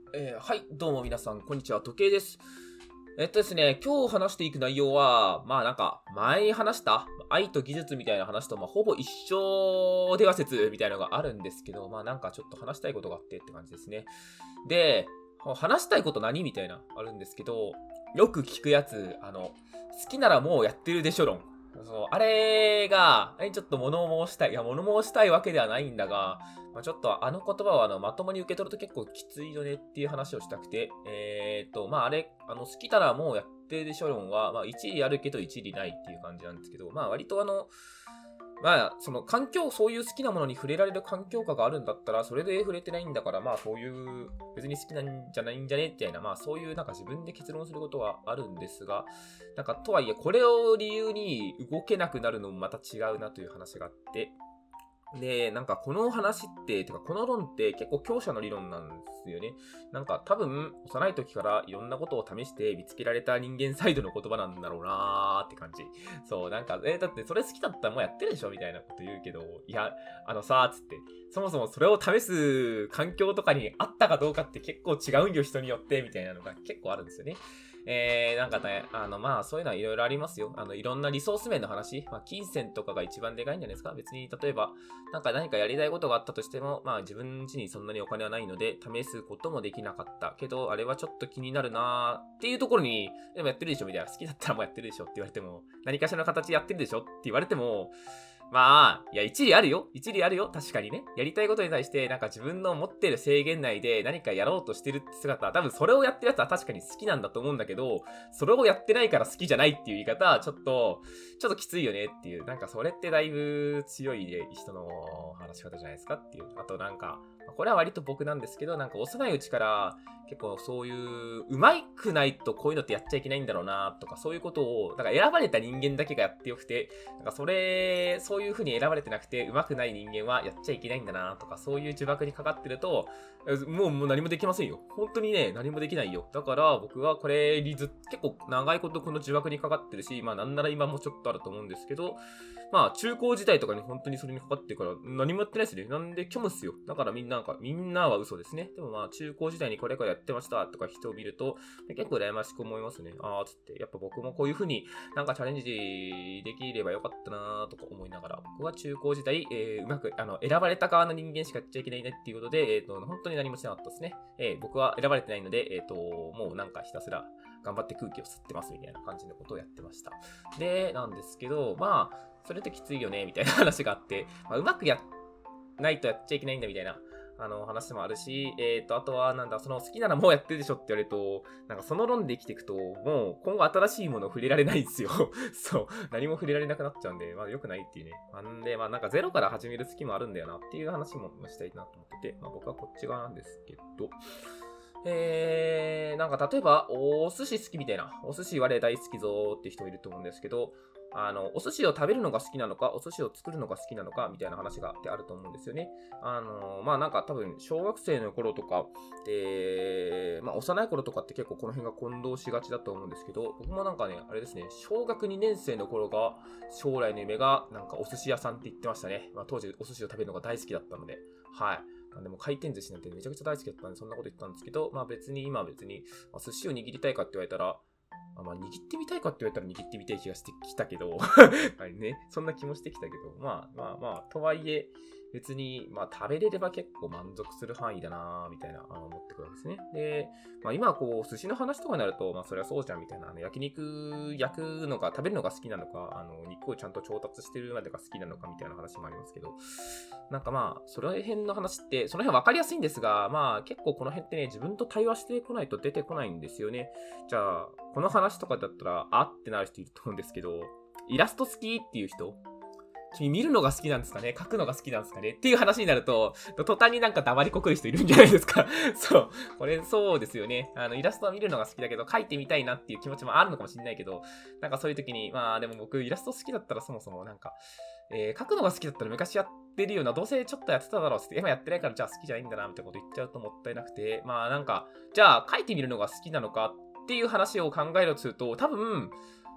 はい、どうも皆さん、こんにちは、時計です。ですね、今日話していく内容は、前に話した愛と技術みたいな話と、ほぼ一緒では説みたいなのがあるんですけど、ちょっと話したいことがあってって感じですね。で、話したいこと何みたいな、あるんですけど、よく聞くやつ、好きならもうやってるでしょ論。そう、あれが、ちょっと物申したい。いや、物申したいわけではないんだが、ちょっとあの言葉はまともに受け取ると結構きついよねっていう話をしたくて、好きならもうやってるでしょ論は、一理あるけど一理ないっていう感じなんですけど、割とその環境、そういう好きなものに触れられる環境下があるんだったら、それで触れてないんだから、そういう、別に好きなんじゃないんじゃねみたいな、そういう自分で結論することはあるんですが、とはいえ、これを理由に動けなくなるのもまた違うなという話があって、で、この話って、この論って結構強者の理論なんですよね。多分、幼い時からいろんなことを試して見つけられた人間サイドの言葉なんだろうなーって感じ。そう、だってそれ好きだったらもうやってるでしょみたいなこと言うけど、いや、つって、そもそもそれを試す環境とかにあったかどうかって結構違うんよ、人によって、みたいなのが結構あるんですよね。そういうのはいろいろありますよ。いろんなリソース面の話、金銭とかが一番でかいんじゃないですか。別に、例えば、何かやりたいことがあったとしても、自分家にそんなにお金はないので、試すこともできなかった。けど、あれはちょっと気になるなーっていうところに、でもやってるでしょみたいな。好きだったらもうやってるでしょって言われても、何かしらの形やってるでしょって言われても、いや、一理あるよ。一理あるよ。確かにね。やりたいことに対して、自分の持ってる制限内で何かやろうとしてるって姿、多分それをやってるやつは確かに好きなんだと思うんだけど、それをやってないから好きじゃないっていう言い方は、ちょっときついよねっていう、それってだいぶ強い人の話し方じゃないですかっていう。あとこれは割と僕なんですけど、幼いうちから結構そういう、上手くないとこういうのってやっちゃいけないんだろうなとか、そういうことを、選ばれた人間だけがやってよくて、そういう風に選ばれてなくて、上手くない人間はやっちゃいけないんだなとか、そういう呪縛にかかってると、もう何もできませんよ。本当にね、何もできないよ。だから僕はこれ結構長いことこの呪縛にかかってるし、なんなら今もちょっとあると思うんですけど、中高時代とかに本当にそれにかかってるから何もやってないですね。なんで虚無っすよ。だからみんなは嘘ですね。でも中高時代にこれからやってましたとか人を見ると、結構羨ましく思いますね。つって。やっぱ僕もこういう風にチャレンジできればよかったなとか思いながら、僕は中高時代、うまく、選ばれた側の人間しかやっちゃいけないねっていうことで、本当に何もしなかったですね。僕は選ばれてないので、もうひたすら頑張って空気を吸ってますみたいな感じのことをやってました。で、なんですけど、それってきついよね、みたいな話があって、うまくやないとやっちゃいけないんだみたいな、話もあるし、あとは、その好きならもうやってるでしょって言われると、その論で生きていくと、もう今後新しいものを触れられないんですよ。そう。何も触れられなくなっちゃうんで、良くないっていうね。なんで、ゼロから始める好きもあるんだよなっていう話もしたいなと思ってて、僕はこっち側なんですけど、例えば、お寿司好きみたいな、お寿司我大好きぞーって人いると思うんですけど、お寿司を食べるのが好きなのか、お寿司を作るのが好きなのか、みたいな話があると思うんですよね。多分、小学生の頃とか、幼い頃とかって結構この辺が混同しがちだと思うんですけど、僕もあれですね、小学2年生の頃が、将来の夢が、お寿司屋さんって言ってましたね。当時お寿司を食べるのが大好きだったので、はい。でも回転寿司なんてめちゃくちゃ大好きだったんで、そんなこと言ったんですけど、今別に、寿司を握りたいかって言われたら、握ってみたいかって言われたら握ってみたい気がしてきたけど、ね、そんな気もしてきたけど、とはいえ、別に、食べれれば結構満足する範囲だなみたいな、思ってくるわけですね。で、今寿司の話とかになると、それはそうじゃんみたいな、焼肉焼くのか、食べるのが好きなのか、肉をちゃんと調達してるまでが好きなのかみたいな話もありますけど、その辺の話って、その辺分かりやすいんですが、結構この辺ってね、自分と対話してこないと出てこないんですよね。じゃあ、この話とかだったら、あってなる人いると思うんですけど、イラスト好きっていう人、君見るのが好きなんですかね、描くのが好きなんですかねっていう話になると、途端に黙りこくる人いるんじゃないですか。そう。これそうですよね。イラストは見るのが好きだけど、描いてみたいなっていう気持ちもあるのかもしれないけど、そういう時に、でも僕、イラスト好きだったらそもそも描くのが好きだったら昔やってるような、どうせちょっとやってただろうって、今やってないからじゃあ好きじゃないんだな、みたいなこと言っちゃうともったいなくて、じゃあ描いてみるのが好きなのかっていう話を考えるとすると、多分、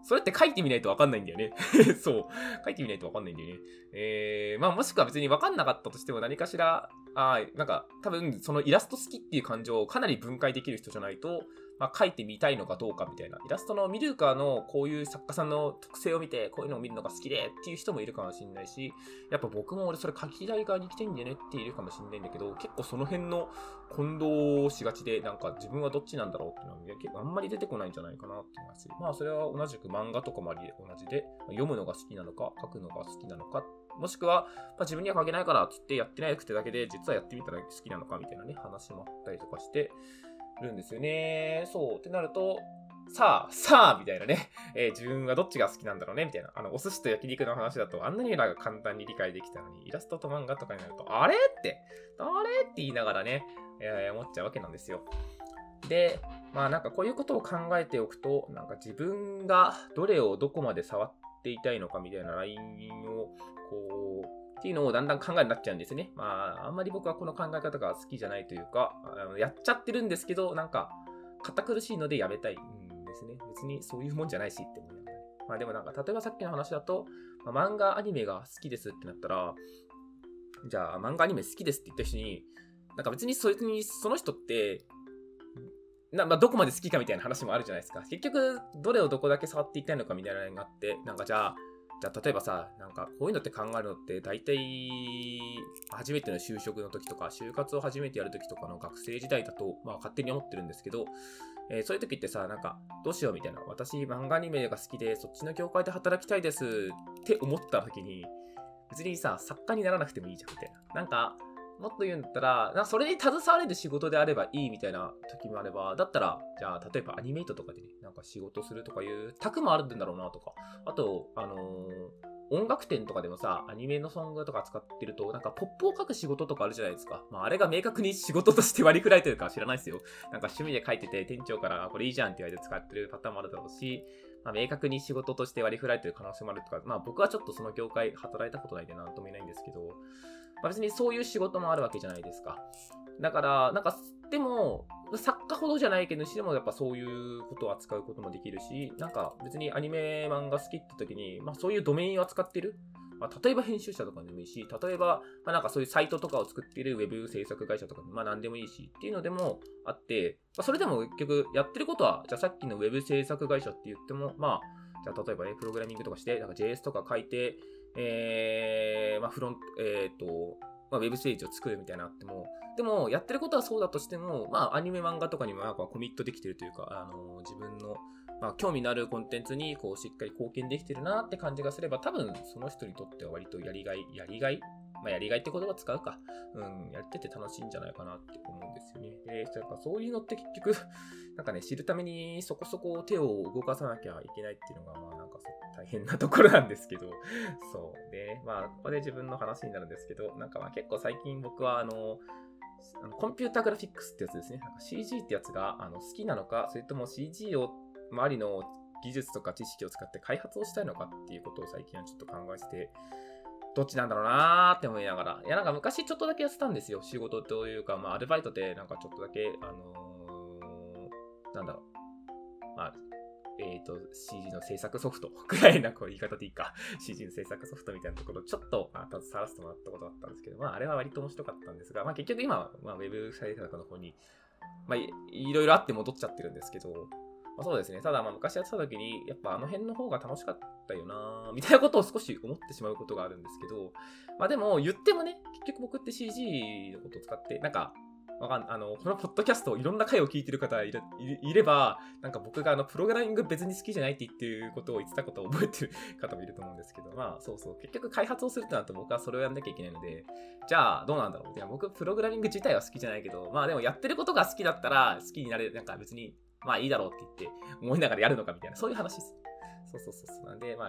それって書いてみないとわかんないんだよね。そう。書いてみないとわかんないんだよね。まあもしくは別にわかんなかったとしても何かしら、なんか多分そのイラスト好きっていう感情をかなり分解できる人じゃないと、まあ書いてみたいのかどうかみたいな。イラストの見るかのこういう作家さんの特性を見て、こういうのを見るのが好きでっていう人もいるかもしれないし、やっぱ僕も俺それ書きたい側に来てんだよねっているかもしれないんだけど、結構その辺の混同しがちで、なんか自分はどっちなんだろうっていうのは結構あんまり出てこないんじゃないかなって思います。まあそれは同じく漫画とかも同じで、読むのが好きなのか、書くのが好きなのか、もしくは、自分には書けないからって言ってやってないくてだけで、実はやってみたら好きなのかみたいなね、話もあったりとかしてるんですよね。そうってなると、さあみたいなね、自分はどっちが好きなんだろうねみたいな。お寿司と焼肉の話だとあんなに簡単に理解できたのに、イラストと漫画とかになると、あれって言いながらね、思っちゃうわけなんですよ。で、まあなんかこういうことを考えておくと、なんか自分がどれをどこまで触っていたいのかみたいなラインを、っていうのをだんだん考えになっちゃうんですね。まあ、あんまり僕はこの考え方が好きじゃないというか、やっちゃってるんですけど、なんか、堅苦しいのでやめたいんですね。別にそういうもんじゃないしって思いながら。まあでもなんか、例えばさっきの話だと、漫画、アニメが好きですってなったら、じゃあ漫画、アニメ好きですって言った人に、なんか別にその人って、どこまで好きかみたいな話もあるじゃないですか。結局、どれをどこだけ触っていきたいのかみたいなのがあって、なんかじゃあ例えばさ、なんかこういうのって考えるのって大体初めての就職の時とか就活を初めてやる時とかの学生時代だと勝手に思ってるんですけど、そういう時ってさ、なんかどうしようみたいな、私漫画アニメが好きでそっちの業界で働きたいですって思った時に、別にさ作家にならなくてもいいじゃんみたいな、なんかもっと言うんだったら、それに携われる仕事であればいいみたいな時もあれば、だったら、じゃあ、例えばアニメイトとかでね、なんか仕事するとかいう卓もあるんだろうなとか、あと、音楽店とかでもさ、アニメのソングとか使ってると、なんかポップを書く仕事とかあるじゃないですか。あれが明確に仕事として割り振られてるかは知らないですよ。なんか趣味で書いてて、店長からこれいいじゃんって言われて使ってるパターンもあるだろうし、明確に仕事として割り振られてる可能性もあるとか、僕はちょっとその業界働いたことないんでなんとも言えないんですけど、別にそういう仕事もあるわけじゃないですか。だから、なんか、でも、作家ほどじゃないけど、でもやっぱそういうことを扱うこともできるし、なんか別にアニメ漫画好きって時に、そういうドメインを扱ってる。例えば編集者とかでもいいし、例えば、なんかそういうサイトとかを作っているウェブ制作会社とか何でもいいしっていうのでもあって、それでも結局やってることは、じゃあさっきのウェブ制作会社って言っても、じゃあ例えばね、プログラミングとかして、なんか JS とか書いて、フロント、ウェブページを作るみたいなのあっても、でも、やってることはそうだとしても、アニメ漫画とかにもなんかコミットできてるというか、自分の、興味のあるコンテンツにしっかり貢献できてるなって感じがすれば、多分その人にとっては割とやりがいって言葉使うか。やってて楽しいんじゃないかなって思うんですよね。やっぱそういうのって結局、なんかね、知るためにそこそこ手を動かさなきゃいけないっていうのが、なんか大変なところなんですけど、そうで、ここで自分の話になるんですけど、なんか結構最近僕はコンピュータグラフィックスってやつですね。なんか CG ってやつが好きなのか、それとも CG を周りの技術とか知識を使って開発をしたいのかっていうことを最近はちょっと考えてて、どっちなんだろうなーって思いながら。いや、なんか昔ちょっとだけやってたんですよ。仕事というか、アルバイトでなんかちょっとだけ、CG の制作ソフトくらいな言い方でいいか。CG の制作ソフトみたいなところちょっと携わらせてもらったことだったんですけど、あれは割と面白かったんですが、結局今は、ウェブ制作の方に、いろいろあって戻っちゃってるんですけど、そうですね。ただ昔やってた時に、やっぱあの辺の方が楽しかったよなみたいなことを少し思ってしまうことがあるんですけど、でも言ってもね、結局僕って CG のことを使って、なんか、このポッドキャストいろんな回を聞いてる方いれば、なんか僕がプログラミング別に好きじゃないって言ってることを言ってたことを覚えてる方もいると思うんですけど、そうそう、結局開発をするってなると僕はそれをやんなきゃいけないので、じゃあどうなんだろう。いや、僕プログラミング自体は好きじゃないけど、でもやってることが好きだったら好きになれる、なんか別にいいだろうって言って思いながらやるのかみたいな、そういう話です。そうなんで、やって、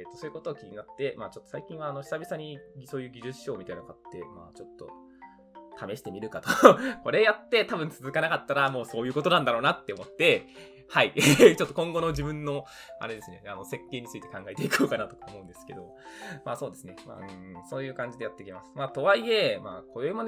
そういうことを気になって、ちょっと最近は久々にそういう技術書みたいなの買って、ちょっと試してみるかと。これやって多分続かなかったらもうそういうことなんだろうなって思って、はい。ちょっと今後の自分の、あれですね、設計について考えていこうかなと思うんですけど、そうですね。そういう感じでやっていきます。とはいえ、これもね、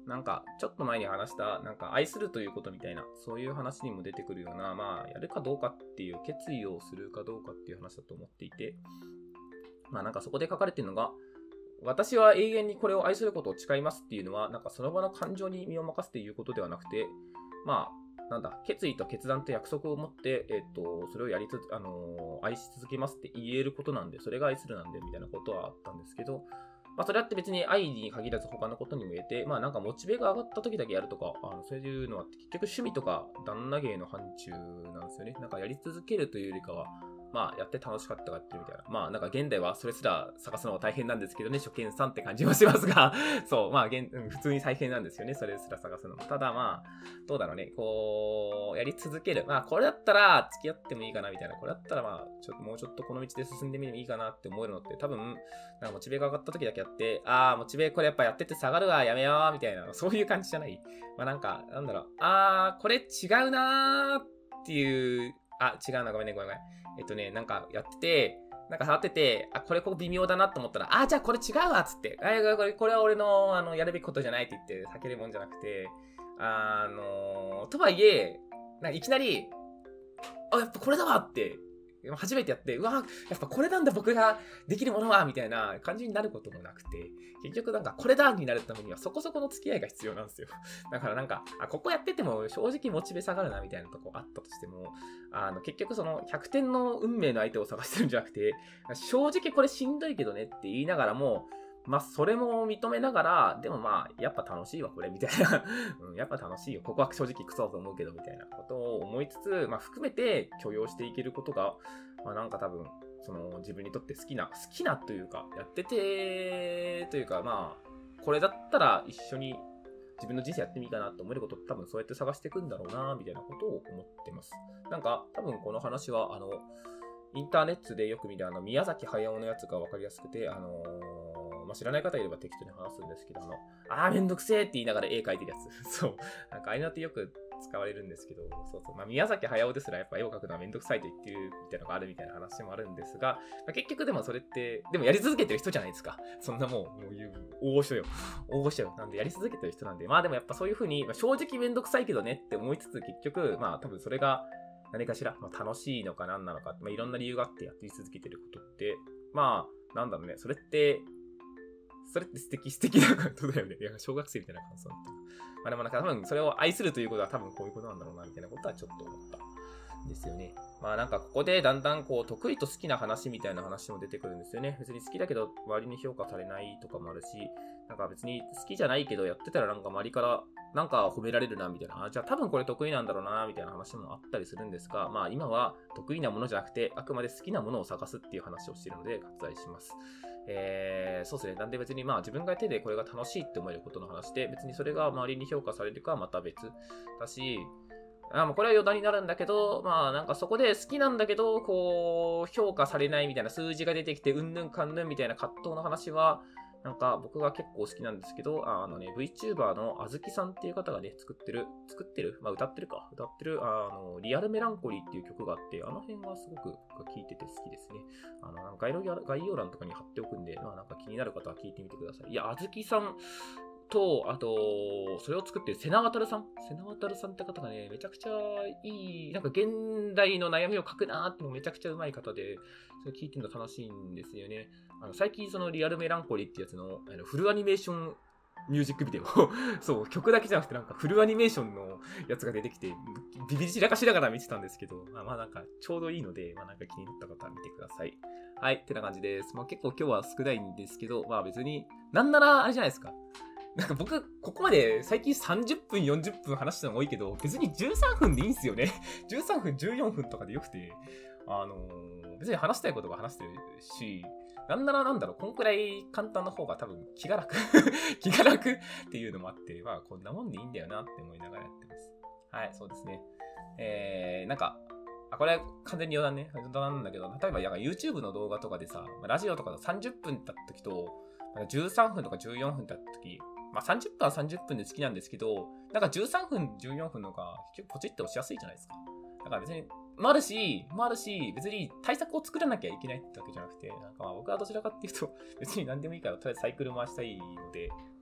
なんか、ちょっと前に話した、なんか、愛するということみたいな、そういう話にも出てくるような、まあ、やるかどうかっていう、決意をするかどうかっていう話だと思っていて、まあ、なんかそこで書かれてるのが、私は永遠にこれを愛することを誓いますっていうのは、なんかその場の感情に身を任せて言うことではなくて、まあ、なんだ、決意と決断と約束を持って、それを愛し続けますって言えることなんで、それが愛するなんで、みたいなことはあったんですけど、まあ、それだって別に愛に限らず他のことにも言えて、まあなんかモチベが上がった時だけやるとか、そういうのは結局趣味とか旦那芸の範疇なんですよね。なんかやり続けるというよりかは、まあやって楽しかったかっていうみたいな。まあなんか現代はそれすら探すのは大変なんですけどね、初見さんって感じはしますが、そう、まあ普通に大変なんですよね、それすら探すのも。ただまあ、どうだろうね、こう、やり続ける。まあこれだったら付き合ってもいいかなみたいな。これだったらまあ、もうちょっとこの道で進んでみてもいいかなって思えるのって多分、なんかモチベが上がった時だけやって、モチベこれやっぱやってて下がるわ、やめよう、みたいな、そういう感じじゃない。まあなんか、なんだろう、これ違うなーっていう、違うな、ごめんね。なんかやってて、なんか触ってて、これ微妙だなと思ったら、じゃあこれ違うわっつって、これは俺の、やるべきことじゃないって言って避けるもんじゃなくて、とはいえ、なんかいきなり、やっぱこれだわって初めてやって、うわ、やっぱこれなんだ僕ができるものはみたいな感じになることもなくて、結局なんかこれだになるためにはそこそこの付き合いが必要なんですよ。だからなんか、ここやってても正直モチベ下がるなみたいなとこあったとしても、結局その100点の運命の相手を探してるんじゃなくて、正直これしんどいけどねって言いながらも、まあ、それも認めながら、でもまあ、やっぱ楽しいわ、これ、みたいな。やっぱ楽しいよ。ここは正直クソだと思うけど、みたいなことを思いつつ、まあ、含めて許容していけることが、まあ、なんか多分、その、自分にとって好きなというか、やってて、というか、まあ、これだったら一緒に自分の人生やってみいいかなと思えることって多分そうやって探していくんだろうな、みたいなことを思ってます。なんか、多分この話は、インターネットでよく見る宮崎駿のやつがわかりやすくて、まあ、知らない方いれば適当に話すんですけど、めんどくせえって言いながら絵描いてるやつ。そう。なんかああいうのってよく使われるんですけど、そうそう。まあ、宮崎駿ですらやっぱ絵を描くのはめんどくさいと言ってるみたいなのがあるみたいな話もあるんですが、まあ、結局でもそれって、でもやり続けてる人じゃないですか。そんなもういう、大御所よ。大御所よ。なんでやり続けてる人なんで、まあでもやっぱそういう風に、まあ、正直めんどくさいけどねって思いつつ、結局、まあ多分それが、何かしら、まあ、楽しいのか何なのか、まあ、いろんな理由があってやって続けてることって、まあ、なんだろうね、それって素敵なことだよね。いや、小学生みたいな感想だった。まあでもなんか多分それを愛するということは多分こういうことなんだろうな、みたいなことはちょっと思ったんですよね。まあなんかここでだんだんこう得意と好きな話みたいな話も出てくるんですよね。別に好きだけど周りに評価されないとかもあるし、なんか別に好きじゃないけどやってたらなんか周りからなんか褒められるなみたいな、じゃあ多分これ得意なんだろうなみたいな話もあったりするんですが、まあ今は得意なものじゃなくてあくまで好きなものを探すっていう話をしているので割愛します。そうですね。なんで別にまあ自分がやっててこれが楽しいって思えることの話で、別にそれが周りに評価されるかはまた別だし、まあこれは余談になるんだけど、まあなんかそこで好きなんだけど、こう、評価されないみたいな数字が出てきて、うんぬんかんぬんみたいな葛藤の話は、なんか僕が結構好きなんですけど、VTuber のあずきさんっていう方がね、作ってる、まあ歌ってる、リアルメランコリーっていう曲があって、あの辺はすごく聴いてて好きですね。概要欄とかに貼っておくんで、まあなんか気になる方は聞いてみてください。いや、あずきさん、あと、それを作ってる瀬名渡さんって方がね、めちゃくちゃいい、なんか現代の悩みを書くなーってもめちゃくちゃ上手い方で、それ聞いてるの楽しいんですよね。最近そのリアルメランコリーってやつの、フルアニメーションミュージックビデオそう、曲だけじゃなくてなんかフルアニメーションのやつが出てきて、ビビり散らかしながら見てたんですけど、まあなんかちょうどいいので、まあなんか気になった方は見てください。はい、ってな感じです。まあ結構今日は少ないんですけど、まあ別に、なんならあれじゃないですか。なんか僕、ここまで最近30分、40分話したのが多いけど、別に13分でいいんすよね。13分、14分とかでよくて、別に話したいことが話してるし、なんならなんだろう、こんくらい簡単な方が多分気が楽気が楽っていうのもあって、まあこんなもんでいいんだよなって思いながらやってます。はい、そうですね。なんか、これは完全に余談ね。余談なんだけど、例えばYouTube の動画とかでさ、ラジオとかの30分だった時と、13分とか14分だった時、まあ30分は30分で好きなんですけど、なんか13分、14分のが結構ポチって押しやすいじゃないですか。だから別に、もあるし、別に対策を作らなきゃいけないってわけじゃなくて、なんかまあ僕はどちらかっていうと、別に何でもいいから、とりあえずサイクル回したいので、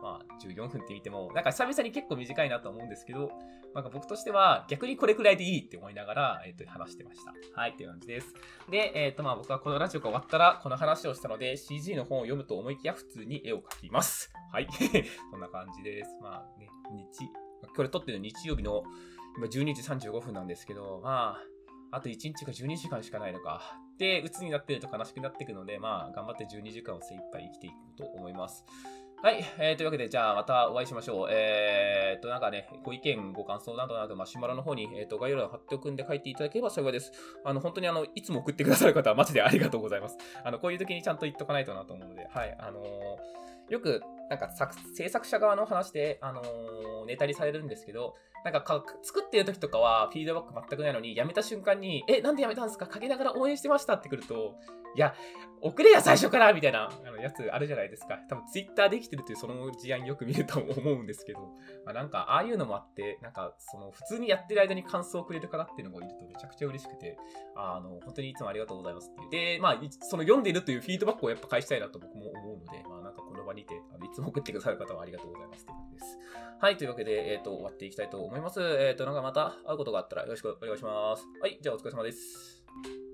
まあ、14分って見ても、なんか久々に結構短いなと思うんですけど、なんか僕としては逆にこれくらいでいいって思いながら、話してました。はい、っていう感じです。で、まあ僕はこのラジオが終わったら、この話をしたので、CG の本を読むと思いきや普通に絵を描きます。はい。そんな感じです。まあね、これ撮ってる日曜日の今12時35分なんですけど、まあ、あと1日が12時間しかないのか。で、鬱になってると悲しくなっていくので、まあ、頑張って12時間を精一杯生きていくと思います。はい、というわけで、じゃあまたお会いしましょう。なんかね、ご意見、ご感想などなど、マシュマロの方に、概要欄を貼っておくんで書いていただければ幸いです。本当にいつも送ってくださる方はマジでありがとうございます。こういう時にちゃんと言っとかないとなと思うので、はい、よく、なんか制作者側の話で、ネタにされるんですけど、なんか作ってる時とかはフィードバック全くないのに、やめた瞬間に、なんでやめたんですか？かけながら応援してましたってくると、いや、送れや最初からみたいなやつあるじゃないですか。多分ツイッターできてるというその事案よく見ると思うんですけど、まあ、なんかああいうのもあって、なんかその普通にやってる間に感想をくれる方っていうのがいるとめちゃくちゃ嬉しくて、本当にいつもありがとうございますっていう。で、まあ、その読んでるというフィードバックをやっぱ返したいなと僕も思うので、まあなんかこの場にて、いつも送ってくださる方はありがとうございますっていう感じです。はい、というわけで、終わっていきたいと思います。なんかまた会うことがあったらよろしくお願いします。はい、じゃあお疲れ様です。